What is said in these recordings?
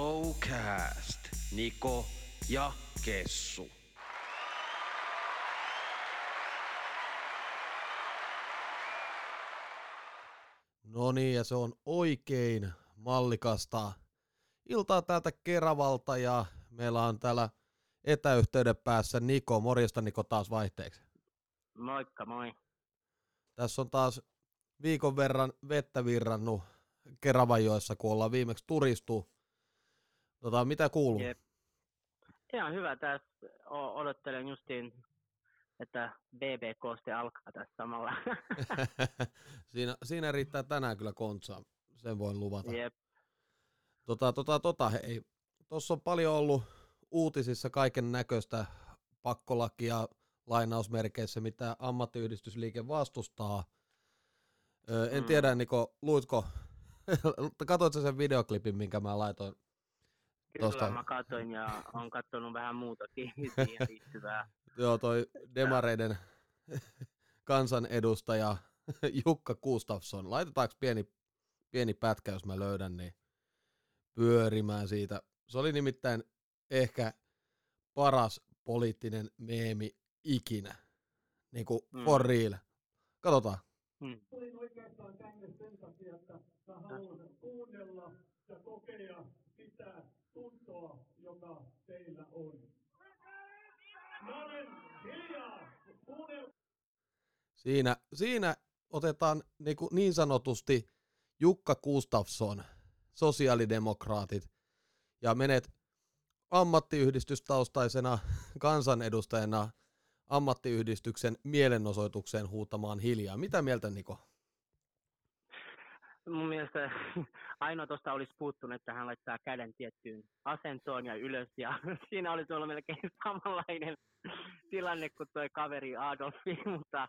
Brocast, Niko ja Kessu. No niin, ja se on oikein mallikasta iltaa täältä Keravalta, ja meillä on täällä etäyhteyden päässä Niko. Morjesta Niko taas vaihteeksi. Moikka, moi. Tässä on taas viikon verran vettä virrannut Keravajoessa, kun ollaan viimeksi turistu. Mitä kuuluu? Jep. Ihan hyvä tässä. Odottelen justiin, että BBK sitten alkaa tässä samalla. siinä riittää tänään kyllä kontsaa, sen voin luvata. Jep. Hei. Tuossa on paljon ollut uutisissa kaiken näköistä pakkolakia lainausmerkeissä, mitä ammattiyhdistysliike vastustaa. En tiedä, Niko, luitko, katoitko sen videoklipin, minkä mä laitoin? Kyllä mä katsoin ja olen katsonut vähän muutakin siihen liittyvää. Joo, toi demareiden kansanedustaja Jukka Gustafsson. Laitetaanko pieni pätkä, jos mä löydän, niin pyörimään siitä. Se oli nimittäin ehkä paras poliittinen meemi ikinä. Niin kuin for real. Katsotaan. Tulin oikeastaan tänne sen takia, että mä haluan kuunnella ja kokea sitä tuntoa, joka teillä on. Mä olen hiljaa. Siinä otetaan niin sanotusti Jukka Gustafsson, sosiaalidemokraatit, ja menet ammattiyhdistystaustaisena kansanedustajana ammattiyhdistyksen mielenosoitukseen huutamaan hiljaa. Mitä mieltä, Niko? Mun mielestä ainoa tuosta olisi puuttunut, että hän laittaa käden tiettyyn asentoon ja ylös. Ja siinä olisi ollut melkein samanlainen tilanne kuin toi kaveri Adolfi, mutta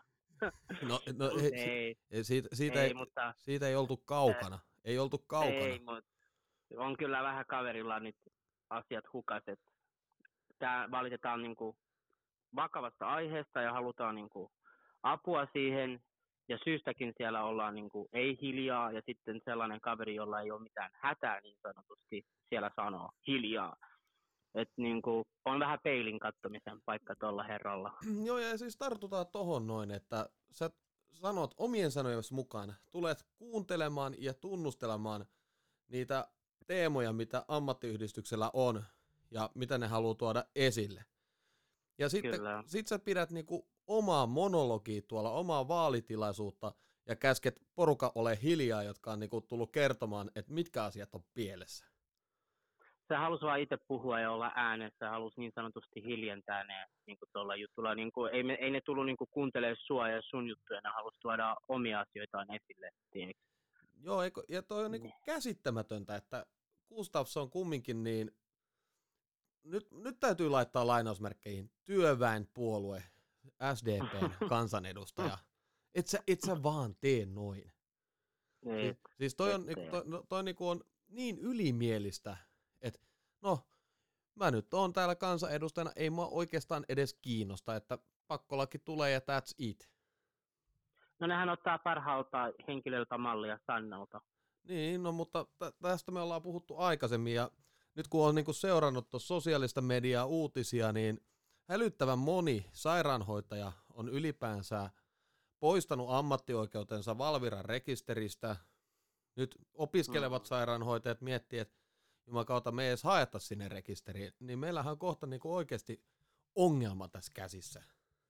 siitä ei oltu kaukana. Ei, mutta on kyllä vähän kaverilla nyt asiat hukaset. Tää valitetaan niinku vakavasta aiheesta ja halutaan niinku apua siihen. Ja syystäkin siellä ollaan niinku ei hiljaa ja sitten sellainen kaveri, jolla ei ole mitään hätää niin sanotusti, siellä sanoo hiljaa. Että niinku on vähän peilin kattomisen paikka tuolla herralla. Joo, ja siis tartutaan tohon noin, että sä sanot omien sanojen mukaan, tulet kuuntelemaan ja tunnustelemaan niitä teemoja, mitä ammattiyhdistyksellä on ja mitä ne haluaa tuoda esille. Ja sitten sä pidät niinku omaa monologia tuolla, omaa vaalitilaisuutta ja käsket porukka ole hiljaa, jotka on niinku tullut kertomaan, että mitkä asiat on pielessä. Se halusi vaan itse puhua ja olla äänessä, halusi niin sanotusti hiljentää ne niinku tuolla jutulla. Niinku, ei ne tullut niinku kuuntelemaan sua ja sun juttuja, ne halusi tuoda omia asioitaan esille. Tiedätkö? Joo, ja toi on niinku käsittämätöntä, että Gustafsson kumminkin niin, nyt täytyy laittaa lainausmerkkeihin, työväenpuolue, SDPn kansanedustaja. Et sä vaan tee noin. Siis toi on niin ylimielistä, että no, mä nyt oon täällä kansanedustajana, ei mua oikeastaan edes kiinnosta, että pakkolaki tulee ja that's it. No nehän ottaa parhaalta henkilöltä mallia Sannalta. Niin, no mutta tästä me ollaan puhuttu aikaisemmin, ja nyt kun on niinku seurannut tuossa sosiaalista mediaa uutisia, niin hälyttävän moni sairaanhoitaja on ylipäänsä poistanut ammattioikeutensa Valviran rekisteristä. Nyt opiskelevat sairaanhoitajat miettii, että jumakauta me ei edes haeta sinne rekisteriin, niin meillähän on kohta niinku oikeasti ongelma tässä käsissä.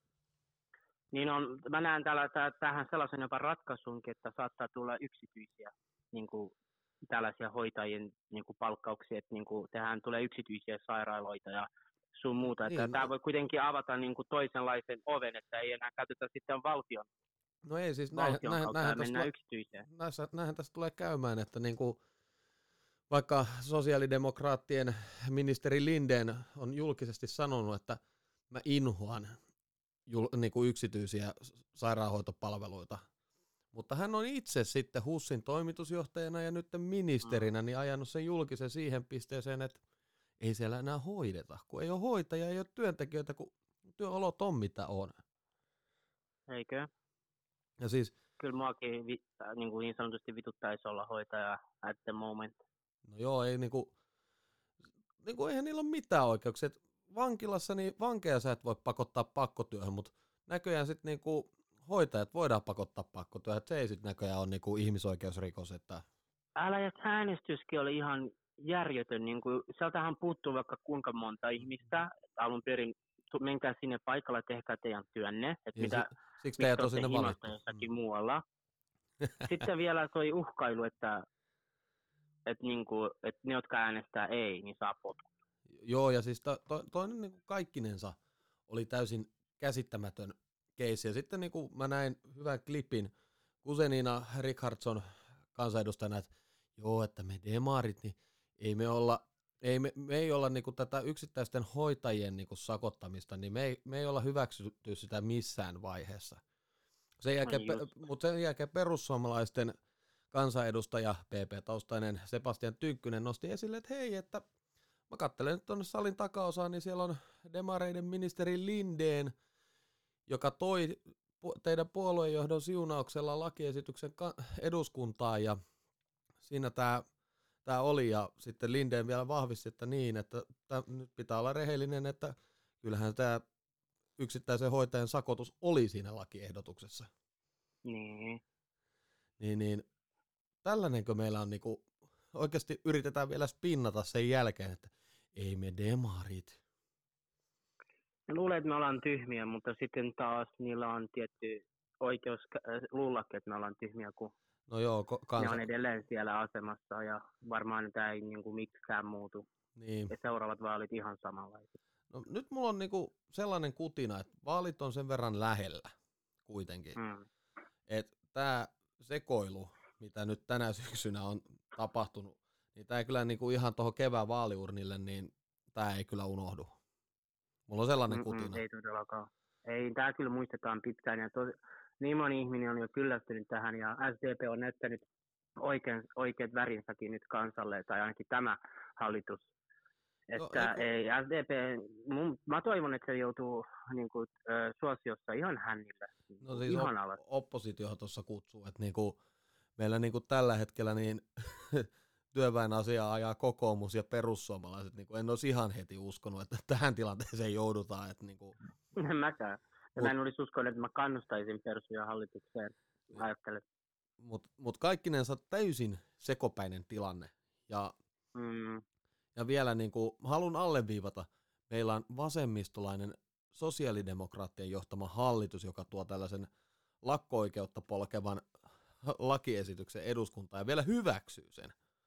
Niin on, mä näen tähän sellaisen jopa ratkaisunkin, että saattaa tulla yksityisiä niin kuin tällaisia hoitajien niin kuin palkkauksia, että niin kuin, tähän tulee yksityisiä sairaaloita ja sun muuta. Että tämä voi kuitenkin avata niin kuin toisenlaisen oven, että ei enää käytetä sitten valtion. No ei siis, näinhän tästä tulee käymään, että niinku, vaikka sosiaalidemokraattien ministeri Lindén on julkisesti sanonut, että mä inhoan niinku yksityisiä sairaanhoitopalveluita, mutta hän on itse sitten HUSin toimitusjohtajana ja nyt ministerinä niin ajanut sen julkisen siihen pisteeseen, että ei siellä enää hoideta, kun ei ole hoitajia, ei ole työntekijöitä, kun työolot on mitä on. Eikö? Ja siis, kyllä muakin niin sanotusti vituttaisi olla hoitaja at the moment. No joo, ei niinku, niinku eihän niillä ole mitään oikeuksia. Et vankilassa niin vankeja sä et voi pakottaa pakkotyöhön, mutta näköjään sitten niinku hoitajat voidaan pakottaa pakkotyöhön. Et se ei sitten näköjään ole niinku ihmisoikeusrikos. Että... Älä, ja äänestyskin oli ihan järjetön. Niin kuin, sieltähän puuttuu vaikka kuinka monta ihmistä. Alun perin menkää sinne paikalla, tehkää teidän työnne. Että mitä, siksi teidät on sinne valittu. Jossakin muualla. Sitten vielä toi uhkailu, että ne, jotka äänestää ei, niin saa potkut. Joo, ja siis toinen niin kaikkinensa oli täysin käsittämätön keissi. Ja sitten niin kuin mä näin hyvän klipin Guzenina Richardson kansanedustajana, että joo, että me demarit, niin me ei olla niin kuin tätä yksittäisten hoitajien niin kuin sakottamista, niin me ei olla hyväksytty sitä missään vaiheessa. Mutta sen jälkeen perussuomalaisten kansanedustaja PP-taustainen Sebastian Tynkkynen nosti esille, että hei, että mä katselen nyt tuonne salin takaosaan, niin siellä on demareiden ministeri Lindén, joka toi teidän puoluejohdon siunauksella lakiesityksen eduskuntaan, ja siinä tämä oli, ja sitten Lindén vielä vahvisti, että niin, että nyt pitää olla rehellinen, että kyllähän tämä yksittäisen hoitajan sakotus oli siinä lakiehdotuksessa. Niin tällainenkö meillä on niinku, oikeasti yritetään vielä spinnata sen jälkeen, että ei me demarit. Mä luulen, että me ollaan tyhmiä, mutta sitten taas niillä on tietty oikeus luullakin, että me ollaan tyhmiä, kun no joo, ne on edelleen siellä asemassa ja varmaan tämä ei niinku miksikään muutu. Niin. Ja seuraavat vaalit ihan samanlaiset. No, nyt mulla on niinku sellainen kutina, että vaalit on sen verran lähellä kuitenkin, että tämä sekoilu, mitä nyt tänä syksynä on tapahtunut, niin tämä ei kyllä niinku ihan tuohon kevään vaaliurnille, niin tämä ei kyllä unohdu. Mulla on sellainen kutina. Ei todellakaan. Ei, tämä kyllä muistetaan pitkään. Ja niin moni ihminen on jo kyllästynyt tähän, ja SDP on näyttänyt oikeat värinsäkin nyt kansalle, tai ainakin tämä hallitus. Että ei SDP, mä toivon, että se joutuu niinku, suosiossa ihan hännille. No siis ihan alas. Oppositio tuossa kutsuu, että niinku, meillä niinku tällä hetkellä niin työväen asiaa ajaa kokoomus ja perussuomalaiset. Niinku, en olisi ihan heti uskonut, että tähän tilanteeseen joudutaan. Että niinku... En mäkään. Mä en olisi uskonut, että mä kannustaisin persuja hallitukseen. Ajattelen. Mut kaikkinensa täysin sekopäinen tilanne. Ja vielä niinku, haluan alleviivata, meillä on vasemmistolainen sosiaalidemokraattien johtama hallitus, joka tuo tällaisen lakko-oikeutta polkevan lakiesityksen eduskuntaan ja vielä hyväksyy sen.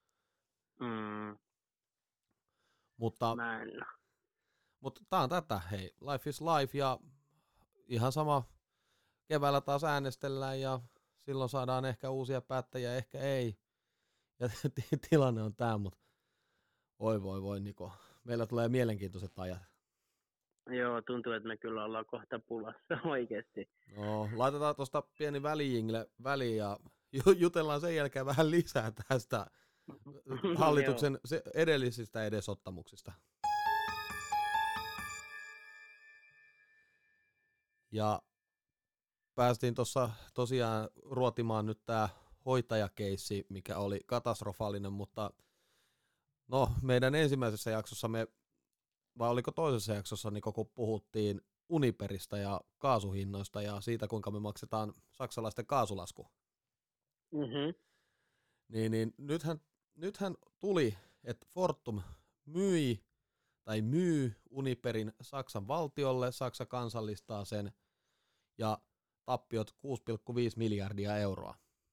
Mutta tää on tätä, hei, life is life, ja ihan sama, keväällä taas äänestellään ja silloin saadaan ehkä uusia päättäjiä, ehkä ei. Ja tilanne on tää, mutta voi Niko, meillä tulee mielenkiintoiset ajat. Joo, tuntuu, että me kyllä ollaan kohta pulassa oikeasti. No, laitetaan tuosta pieni välijingle väliin ja jutellaan sen jälkeen vähän lisää tästä hallituksen edellisistä edesottamuksista. Ja päästiin tuossa tosiaan ruotimaan nyt tämä hoitajakeissi, mikä oli katastrofaalinen, mutta no meidän ensimmäisessä jaksossa vai oliko toisessa jaksossa, niin kun puhuttiin Uniperistä ja kaasuhinnoista ja siitä, kuinka me maksetaan saksalaisten kaasulasku. Niin nythän tuli, että Fortum myy Uniperin Saksan valtiolle, Saksa kansallistaa sen, ja tappiot 6,5 miljardia euroa.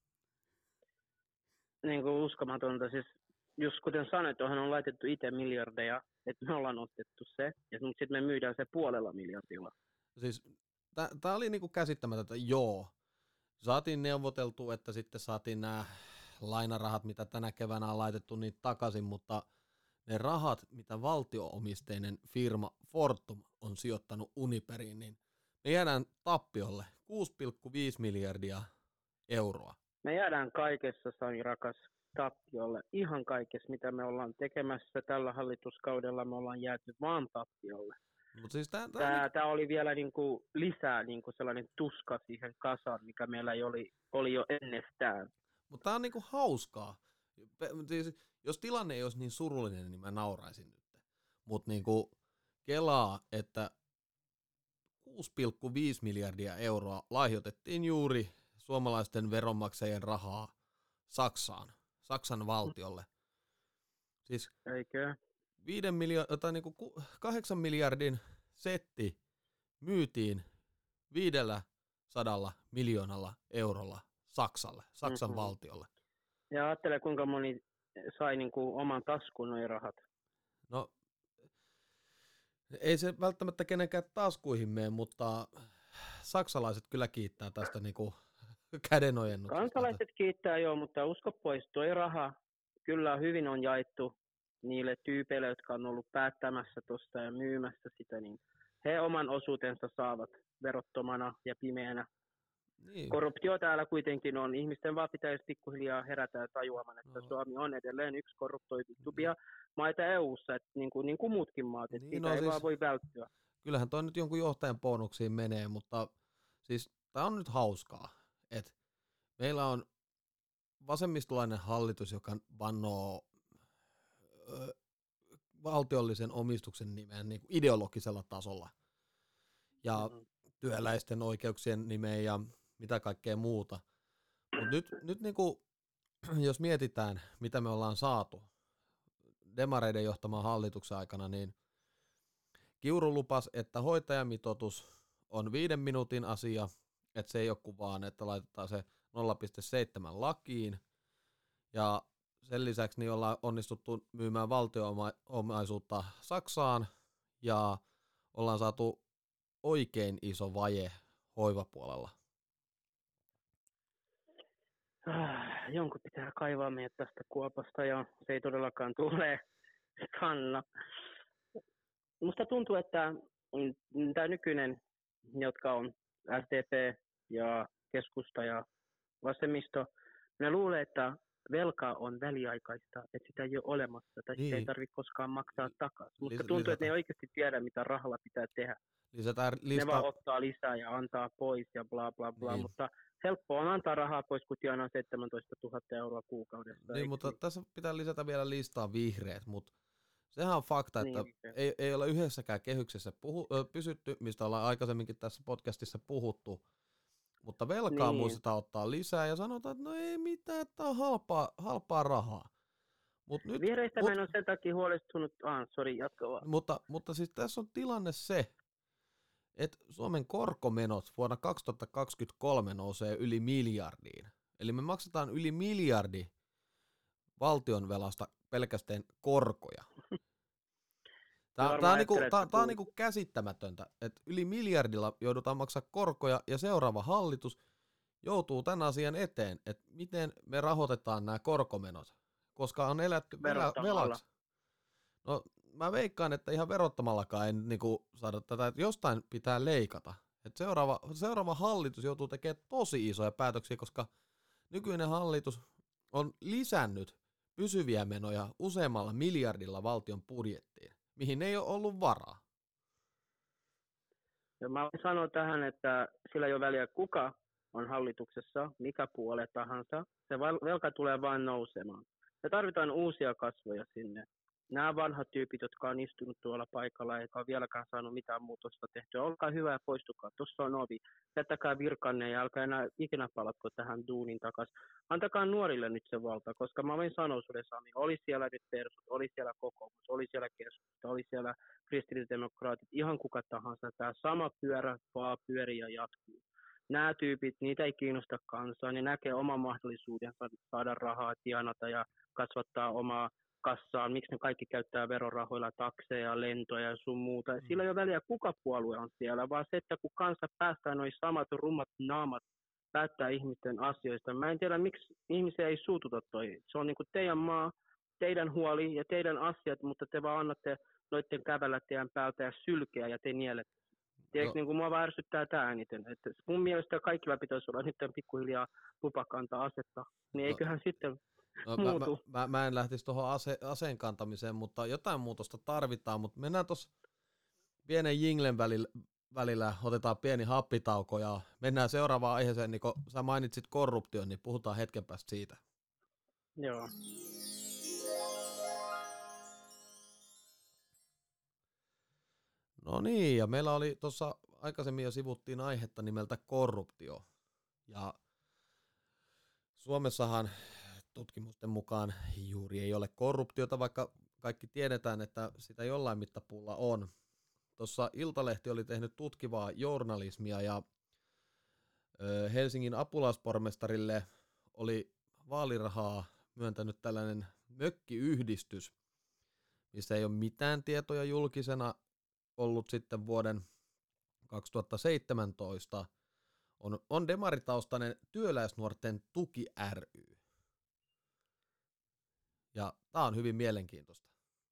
Niin kuin uskomatonta, siis just kuten sanoit, tuohon on laitettu itse miljardeja, että me ollaan ostettu se, ja sitten me myydään se 0,5 miljardilla. Siis tämä oli niinku käsittämätöntä, joo. Saatiin neuvoteltua, että sitten saatiin nämä lainarahat, mitä tänä keväänä on laitettu niitä takaisin, mutta ne rahat, mitä valtio-omisteinen firma Fortum on sijoittanut Uniperiin, niin me jäädään tappiolle 6,5 miljardia euroa. Me jäädään kaikessa, Sami rakas, tappiolle. Ihan kaikessa, mitä me ollaan tekemässä tällä hallituskaudella, me ollaan jääty vaan tappiolle. Siis Tämä oli vielä niinku lisää niinku sellainen tuska siihen kasaan, mikä meillä oli jo ennestään. Mutta tämä on niinku hauskaa. Siis, jos tilanne ei olisi niin surullinen, niin mä nauraisin nyt. mutta niinku kelaa, että 6,5 miljardia euroa lahjoitettiin juuri suomalaisten veronmaksajien rahaa Saksan valtiolle. Siis Eikö? 8 miljardin setti myytiin 500 miljoonalla eurolla Saksan valtiolle. Ja ajattele, kuinka moni sai niinku oman taskuun nuo rahat. No, ei se välttämättä kenenkään taskuihin mene, mutta saksalaiset kyllä kiittää tästä niinku kädenojennuksesta. Kansalaiset kiittää joo, mutta usko pois, tuo raha kyllä hyvin on jaettu niille tyypeille, jotka on ollut päättämässä tuosta ja myymässä sitä, niin he oman osuutensa saavat verottomana ja pimeänä. Niin. Korruptio täällä kuitenkin on. Ihmisten vaan pitäisi pikkuhiljaa herätä ja tajuamaan, että Suomi on edelleen yksi korruptoituvimpia maita EU-ssa, että niin kuin muutkin maat, että siitä ei vaan voi välttyä. Kyllähän toi nyt jonkun johtajan bonuksiin menee, mutta siis tää on nyt hauskaa, että meillä on vasemmistolainen hallitus, joka vannoo valtiollisen omistuksen nimeen niin kuin ideologisella tasolla ja työläisten oikeuksien nimeen ja mitä kaikkea muuta. Mutta nyt niin kuin, jos mietitään, mitä me ollaan saatu demareiden johtamaan hallituksen aikana, niin Kiuru lupasi, että hoitajamitoitus on 5 minuutin asia, että se ei ole kuin vaan, että laitetaan se 0,7 lakiin, ja sen lisäksi niin ollaan onnistuttu myymään valtio-omaisuutta Saksaan, ja ollaan saatu oikein iso vaje hoivapuolella. Jonkun pitää kaivaa meidät tästä kuopasta, ja se ei todellakaan tule. Kanna. Musta tuntuu, että tämä nykyinen, jotka on SDP ja keskusta ja vasemmisto, ne luulee, että velka on väliaikaista, että sitä ei ole olemassa, tai sitä ei tarvitse koskaan maksaa takaisin. Musta tuntuu, että ne ei oikeasti tiedä, mitä rahalla pitää tehdä. Ne vaan ottaa lisää ja antaa pois ja bla bla bla, niin. Mutta helppoa on antaa rahaa pois, kun tienaa 17 000 euroa kuukaudessa. Niin, mutta tässä pitää lisätä vielä listaa vihreät, mutta sehän on fakta, että niin, ei ole yhdessäkään kehyksessä pysytty, mistä ollaan aikaisemminkin tässä podcastissa puhuttu, mutta velkaa muistetaan ottaa lisää ja sanotaan, että no ei mitään, että on halpaa rahaa. Vihreistä mä en ole sen takia huolestunut, jatka vaan. Mutta siis tässä on tilanne se, että Suomen korkomenot vuonna 2023 nousee yli miljardiin. Eli me maksetaan yli miljardi valtionvelasta pelkästään korkoja. Tämä on niinku käsittämätöntä, että yli miljardilla joudutaan maksaa korkoja ja seuraava hallitus joutuu tämän asian eteen, että miten me rahoitetaan nämä korkomenot, koska on eletty velaksi. No mä veikkaan, että ihan verottamallakaan ei niinku saada tätä, että jostain pitää leikata. Että seuraava hallitus joutuu tekemään tosi isoja päätöksiä, koska nykyinen hallitus on lisännyt pysyviä menoja useammalla miljardilla valtion budjettiin, mihin ei ole ollut varaa. Ja mä sanon tähän, että sillä ei ole väliä kuka on hallituksessa, mikä puole tahansa. Se velka tulee vain nousemaan. Me tarvitaan uusia kasvoja sinne. Nämä vanhat tyypit, jotka on istunut tuolla paikalla eikä ole vieläkään saanut mitään muutosta tehtyä, olkaa hyvä ja poistukaa. Tuossa on ovi. Jättäkää virkanne ja älkää enää ikinä palatko tähän duunin takaisin. Antakaa nuorille nyt se valta, koska mä voin sanoa sulle, Sami, oli siellä nyt persut, oli siellä kokoomus, oli siellä keskusta, oli siellä kristillisdemokraatit, ihan kuka tahansa. Tämä sama pyörä vaan pyörii ja jatkuu. Nämä tyypit, niitä ei kiinnosta kansaa, ne näkee oman mahdollisuudensa saada rahaa, tienata ja kasvattaa omaa kassaan, miksi ne kaikki käyttää verorahoilla takseja, lentoja ja sun muuta. Sillä ei ole väliä, kuka puolue on siellä, vaan se, että kun kansa päästää noin samat rummat naamat päättää ihmisten asioista. Mä en tiedä, miksi ihmisiä ei suututa toi. Se on niin kuin teidän maa, teidän huoli ja teidän asiat, mutta te vaan annatte noitten kävellä teidän päältä ja sylkeä ja te nielette. Tiedätkö, niin kuin mua vaan ärsyttää tämä eniten. Että mun mielestä kaikilla pitäisi olla nyt pikkuhiljaa lupakantaa asetta, niin eiköhän sitten muutu. Mä en lähtisi tuohon aseen kantamiseen, mutta jotain muutosta tarvitaan, mutta mennään tuossa pienen jinglen välillä, otetaan pieni happitauko ja mennään seuraavaan aiheeseen, niin kun sä mainitsit korruption, niin puhutaan hetken päästä siitä. Joo. niin, ja meillä oli tuossa aikaisemmin jo sivuttiin aihetta nimeltä korruptio. Ja Suomessahan tutkimusten mukaan juuri ei ole korruptiota, vaikka kaikki tiedetään, että sitä jollain mittapuulla on. Tuossa Iltalehti oli tehnyt tutkivaa journalismia ja Helsingin apulaispormestarille oli vaalirahaa myöntänyt tällainen mökkiyhdistys, missä ei ole mitään tietoja julkisena ollut sitten vuoden 2017. On demaritaustainen Työläisnuorten tuki ry. Ja tämä on hyvin mielenkiintoista.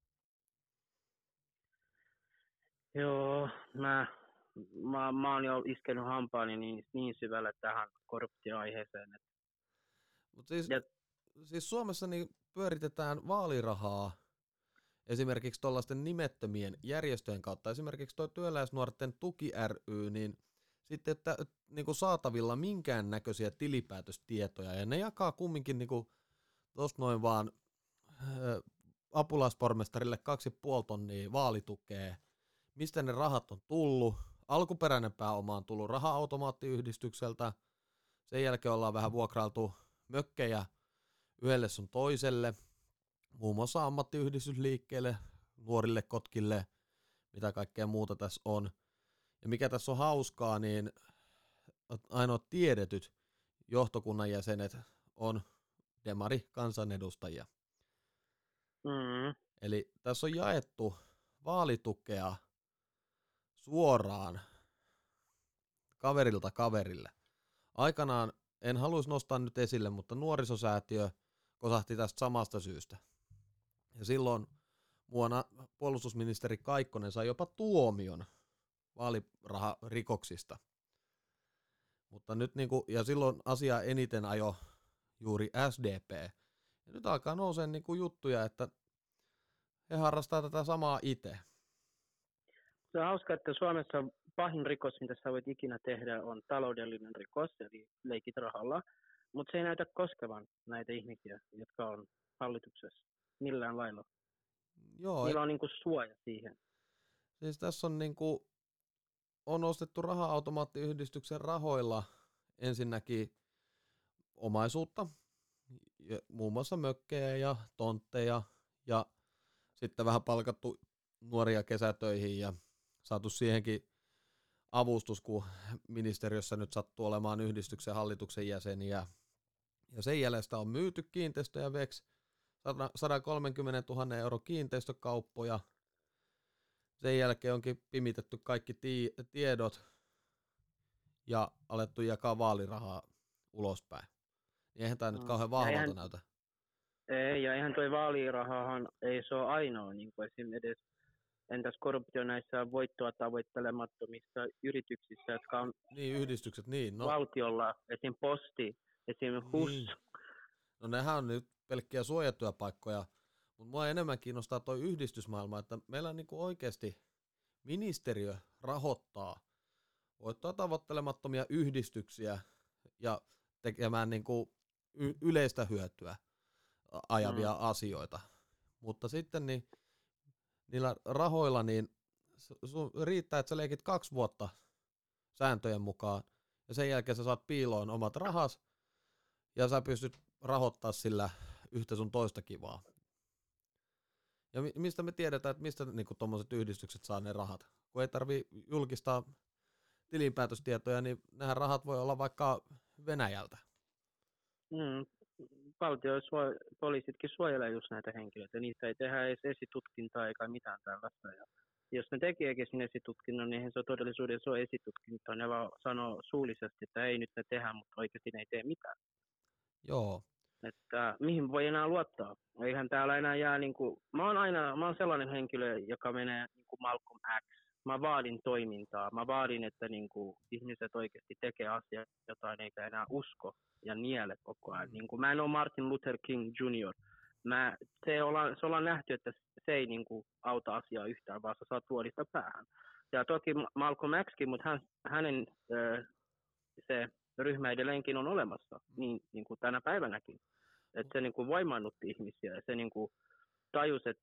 Joo, mä oon jo iskenyt hampaani niin syvälle tähän korruptioaiheeseen. Mut siis Suomessa niin pyöritetään vaalirahaa esimerkiksi tuollaisten nimettömien järjestöjen kautta. Esimerkiksi tuo Työläisnuorten tuki ry, niin sitten että niin saatavilla minkäännäköisiä tilipäätöstietoja. Ja ne jakaa kumminkin niin tuossa noin vaan apulaispormestarille 2,5 tonnia vaalitukea. Mistä ne rahat on tullut? Alkuperäinen pääoma on tullut raha-automaattiyhdistykseltä. Sen jälkeen ollaan vähän vuokrailtu mökkejä yhdelle sun toiselle. Muun muassa ammattiyhdistysliikkeelle, nuorille kotkille, mitä kaikkea muuta tässä on. Ja mikä tässä on hauskaa, niin ainoat tiedetyt johtokunnan jäsenet on demari-kansanedustajia. Eli tässä on jaettu vaalitukea suoraan kaverilta kaverille. Aikanaan, en haluaisi nostaa nyt esille, mutta nuorisosäätiö kosahti tästä samasta syystä. Ja silloin vuonna puolustusministeri Kaikkonen sai jopa tuomion vaaliraharikoksista. Mutta nyt ja silloin asia eniten ajo juuri SDP. Ja nyt alkaa nousee juttuja, että he harrastaa tätä samaa itse. Se on hauska, että Suomessa pahin rikos, mitä sä voit ikinä tehdä, on taloudellinen rikos, eli leikit rahalla. Mutta se ei näytä koskevan näitä ihmisiä, jotka on hallituksessa millään lailla. Joo, niillä on suoja siihen. Siis tässä on ostettu raha-automaattiyhdistyksen rahoilla ensinnäkin omaisuutta, muun muassa mökkejä ja tontteja, ja sitten vähän palkattu nuoria kesätöihin ja saatu siihenkin avustus, kun ministeriössä nyt sattuu olemaan yhdistyksen hallituksen jäseniä. Ja sen jäljestä on myyty kiinteistöjä veksi 130 000 € kiinteistökauppoja. Sen jälkeen onkin pimitetty kaikki tiedot ja alettu jakaa vaalirahaa ulospäin. Eihän tämä nyt kauhean vahvalta näytä. Ei, ja eihän toi vaalirahahan ei se ole ainoa, niin kuin esimerkiksi entäs korruptio näissä voittoa tavoittelemattomissa yrityksissä, jotka on yhdistykset, valtiolla, esim. Posti, esim. HUS. Niin. No nehän on nyt pelkkiä suojattuja paikkoja, mutta mua enemmän kiinnostaa toi yhdistysmaailma, että meillä on oikeasti ministeriö rahoittaa voittoa tavoittelemattomia yhdistyksiä ja tekemään yleistä hyötyä ajavia asioita. Mutta sitten niillä rahoilla riittää, että sä leikit 2 vuotta sääntöjen mukaan ja sen jälkeen sä saat piiloon omat rahas ja sä pystyt rahoittamaan sillä yhtä sun toista kivaa. Ja mistä me tiedetään, että mistä tuommoiset yhdistykset saa ne rahat? Kun ei tarvitse julkistaa tilinpäätöstietoja, niin nehän rahat voi olla vaikka Venäjältä. Valtio poliisitkin suojelee just näitä henkilöitä. Niistä ei tehdä edes esitutkintaa eikä mitään tällaista. Ja jos ne tekeekin sinne esitutkinnon, niin se on todellisuudessa ole esitutkintaa. Ne vaan sanoo suullisesti, että ei nyt ne tehdä, mutta oikeasti ne ei tee mitään. Joo. Että mihin voi enää luottaa? Eihän täällä enää jää mä oon sellainen henkilö, joka menee Malcolm X. Mä vaadin toimintaa. Mä vaadin, että ihmiset oikeasti tekee asiaa, jotain eikä enää usko ja niele koko ajan. Mä en ole Martin Luther King Jr. Se ollaan nähty, että se ei auta asiaa yhtään, vaan sä saat vuodista päähän. Ja toki Malcolm Xkin, mutta hänen se ryhmä edelleenkin on olemassa, niin kuin tänä päivänäkin. Että se voimaannutti ihmisiä ja se tajusi, että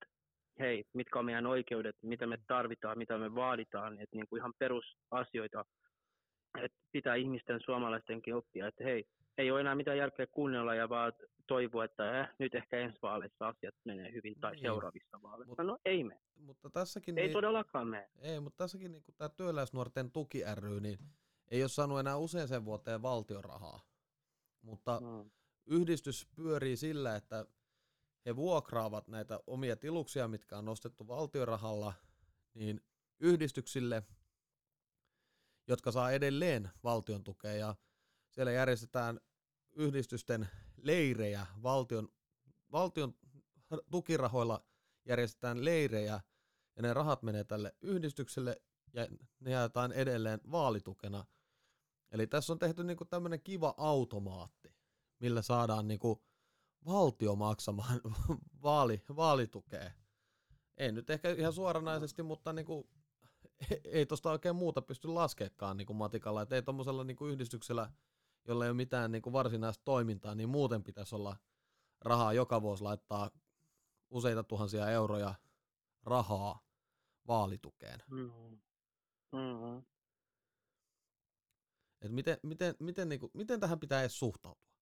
hei, mitkä on meidän oikeudet, mitä me tarvitaan, mitä me vaaditaan, että niin kuin ihan perusasioita, että pitää ihmisten suomalaistenkin oppia, että hei, ei ole enää mitään järkeä kuunnella ja vaan toivoa, että nyt ehkä ensi vaaleissa asiat menee hyvin tai Niin. seuraavissa vaaleissa. No ei mene. Mutta tässäkin Ei todellakaan mene. Ei, mutta tässäkin niin tämä Työläisnuorten tuki ry, niin ei ole saanut enää useaseen vuoteen valtionrahaa. Mutta yhdistys pyörii sillä, että he vuokraavat näitä omia tiluksia, mitkä on nostettu valtionrahalla, niin yhdistyksille, jotka saa edelleen valtion tukea. Ja siellä järjestetään yhdistysten leirejä, valtion tukirahoilla järjestetään leirejä, ja ne rahat menee tälle yhdistykselle, ja ne jaetaan edelleen vaalitukena. Eli tässä on tehty niinku tämmöinen kiva automaatti, millä saadaan niinku valtio maksamaan vaalitukea. Ei nyt ehkä ihan suoranaisesti, mutta niinku, ei tosta oikein muuta pysty laskeekaan niinku matikalla. Et ei tommosella niinku yhdistyksellä, jolla ei ole mitään niinku varsinaista toimintaa, niin muuten pitäisi olla rahaa joka vuosi laittaa useita tuhansia euroja rahaa vaalitukeen. Et miten tähän pitää edes suhtautua?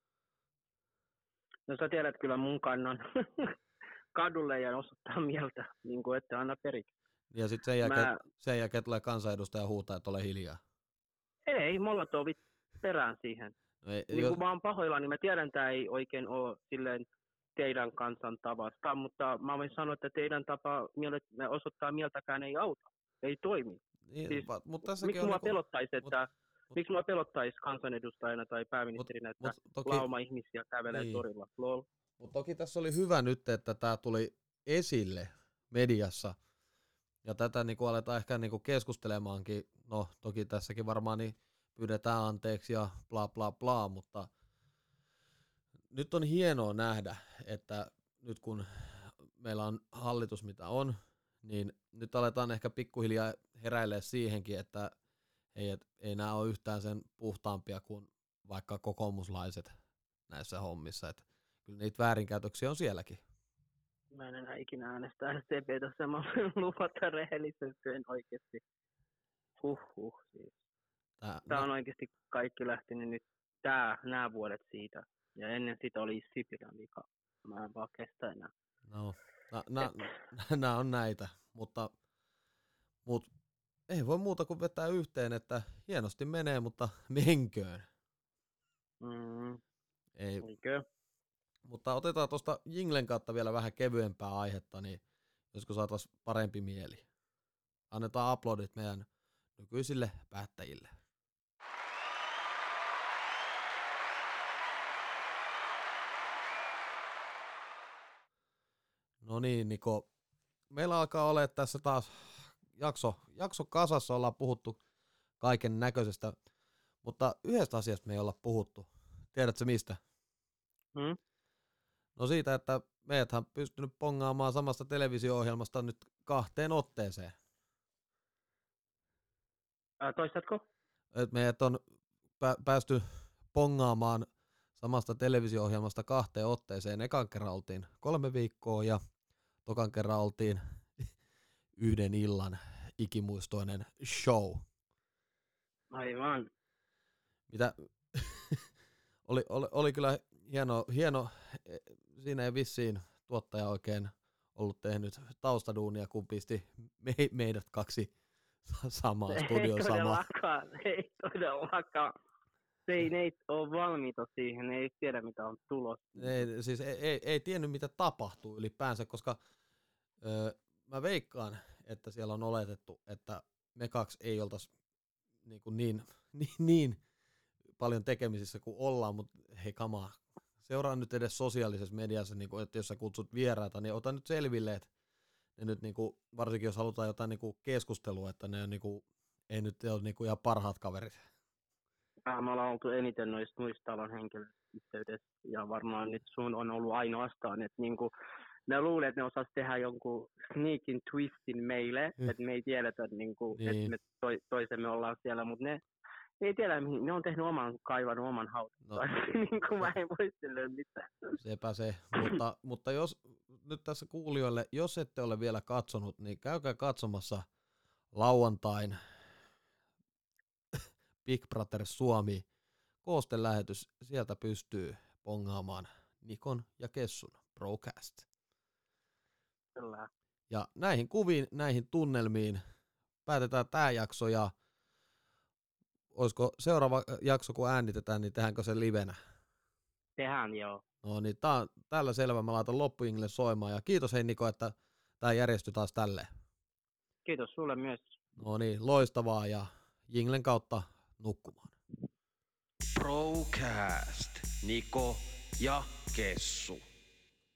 No sä tiedät kyllä mun kannan kadulle ja osoittaa mieltä, niin kuin ette anna periksi. Ja sitten sen jälkeen tulee kansanedustaja huutaa, että ole hiljaa. Ei, molotovit perään siihen. Niin kuin mä oon pahoillani, mä tiedän, että tämä ei oikein ole silleen teidän kansan tavasta, mutta mä voin sanoa, että teidän tapa osoittaa mieltäkään ei auta, ei toimi. Niin, siis, mutta miksi mua pelottaisi, että miksi mua pelottaisi kansanedustajana tai pääministerinä, että lauma ihmisiä kävelee niin torilla? Lol. Mutta toki tässä oli hyvä nyt, että tämä tuli esille mediassa, ja tätä niinku aletaan ehkä niinku keskustelemaankin. No toki tässäkin varmaan niin pyydetään anteeksi ja bla bla bla, mutta nyt on hienoa nähdä, että nyt kun meillä on hallitus mitä on, niin nyt aletaan ehkä pikkuhiljaa heräilee siihenkin, että ei nämä ole yhtään sen puhtaampia kuin vaikka kokoomuslaiset näissä hommissa. Että kyllä niitä väärinkäytöksiä on sielläkin. Mä en enää ikinä äänestää SDP:tä, mä luvata rehellisesti oikeasti. Siis. Tää on oikeasti kaikki lähtenyt nyt nämä vuodet siitä. Ja ennen sitä oli Sipilän vika. Mä en vaan kestä enää. No, nämä on näitä, mutta ei voi muuta kuin vetää yhteen, että hienosti menee, mutta menköön. Ei. Menkö? Mutta otetaan tuosta Jinglen kautta vielä vähän kevyempää aihetta, niin josko saataisiin parempi mieli. Annetaan aplodit meidän nykyisille päättäjille. No niin, Niko. Meillä alkaa olla tässä taas jakso kasassa, ollaan puhuttu kaiken näköisestä, mutta yhdestä asiasta me ei olla puhuttu. Tiedätkö mistä? No siitä, että meidät on pystynyt pongaamaan samasta televisio-ohjelmasta nyt 2 otteeseen. Toistatko? Et meidät on päästy pongaamaan samasta televisio-ohjelmasta 2 otteeseen. Ekan kerran oltiin 3 viikkoa ja tokan kerran oltiin 1 illan ikimuistoinen show. Aivan. Mitä oli kyllä hieno, siinä ei vissiin tuottaja oikein ollut tehnyt taustaduunia, kun pisti meidät 2 samaan studioon samaan. Ei todellakaan. Ne ei ole valmiita siihen, ne ei tiedä mitä on tulossa. Ei tiennyt mitä tapahtuu ylipäänsä, koska mä veikkaan, että siellä on oletettu, että me 2 ei oltaisi niin paljon tekemisissä kuin ollaan, mutta hei kamaa, seuraa nyt edes sosiaalisessa mediassa, niin kuin, että jos sä kutsut vieraita, niin ota nyt selville, että ne nyt niin kuin, varsinkin jos halutaan jotain niin kuin keskustelua, että ne on, niin kuin, ei nyt ole niin kuin ihan parhaat kaverit. Me ollaan oltu eniten noista talon henkilöyhteydessä ja varmaan nyt sun on ollut ainoastaan, että niin kuin, ne luulee, että ne osas tehdä jonkun sneakin twistin meille, että me ei tiedetä, niin kuin, että me toisemme ollaan siellä, mutta ei tiedä mihin, ne on tehnyt kaivannut oman hautansa. No. Niin kuin mä en muistele mitään. Sepä se, mutta jos nyt tässä kuulijoille, jos ette ole vielä katsonut, niin käykää katsomassa lauantain Big Brother Suomi koostelähetys. Sieltä pystyy pongaamaan Nikon ja Kessun Procast. Kyllä. Ja näihin kuviin, näihin tunnelmiin päätetään tämä jakso ja olisiko seuraava jakso, kun äänitetään, niin tehdäänkö se livenä? Tehdään joo. No niin, tää on tällä selvä. Mä laitan loppuingle soimaan. Ja kiitos hei Niko, että tää järjestyi taas tälleen. Kiitos sulle myös. No niin, loistavaa ja jinglen kautta nukkumaan. Procast, Niko ja Kessu.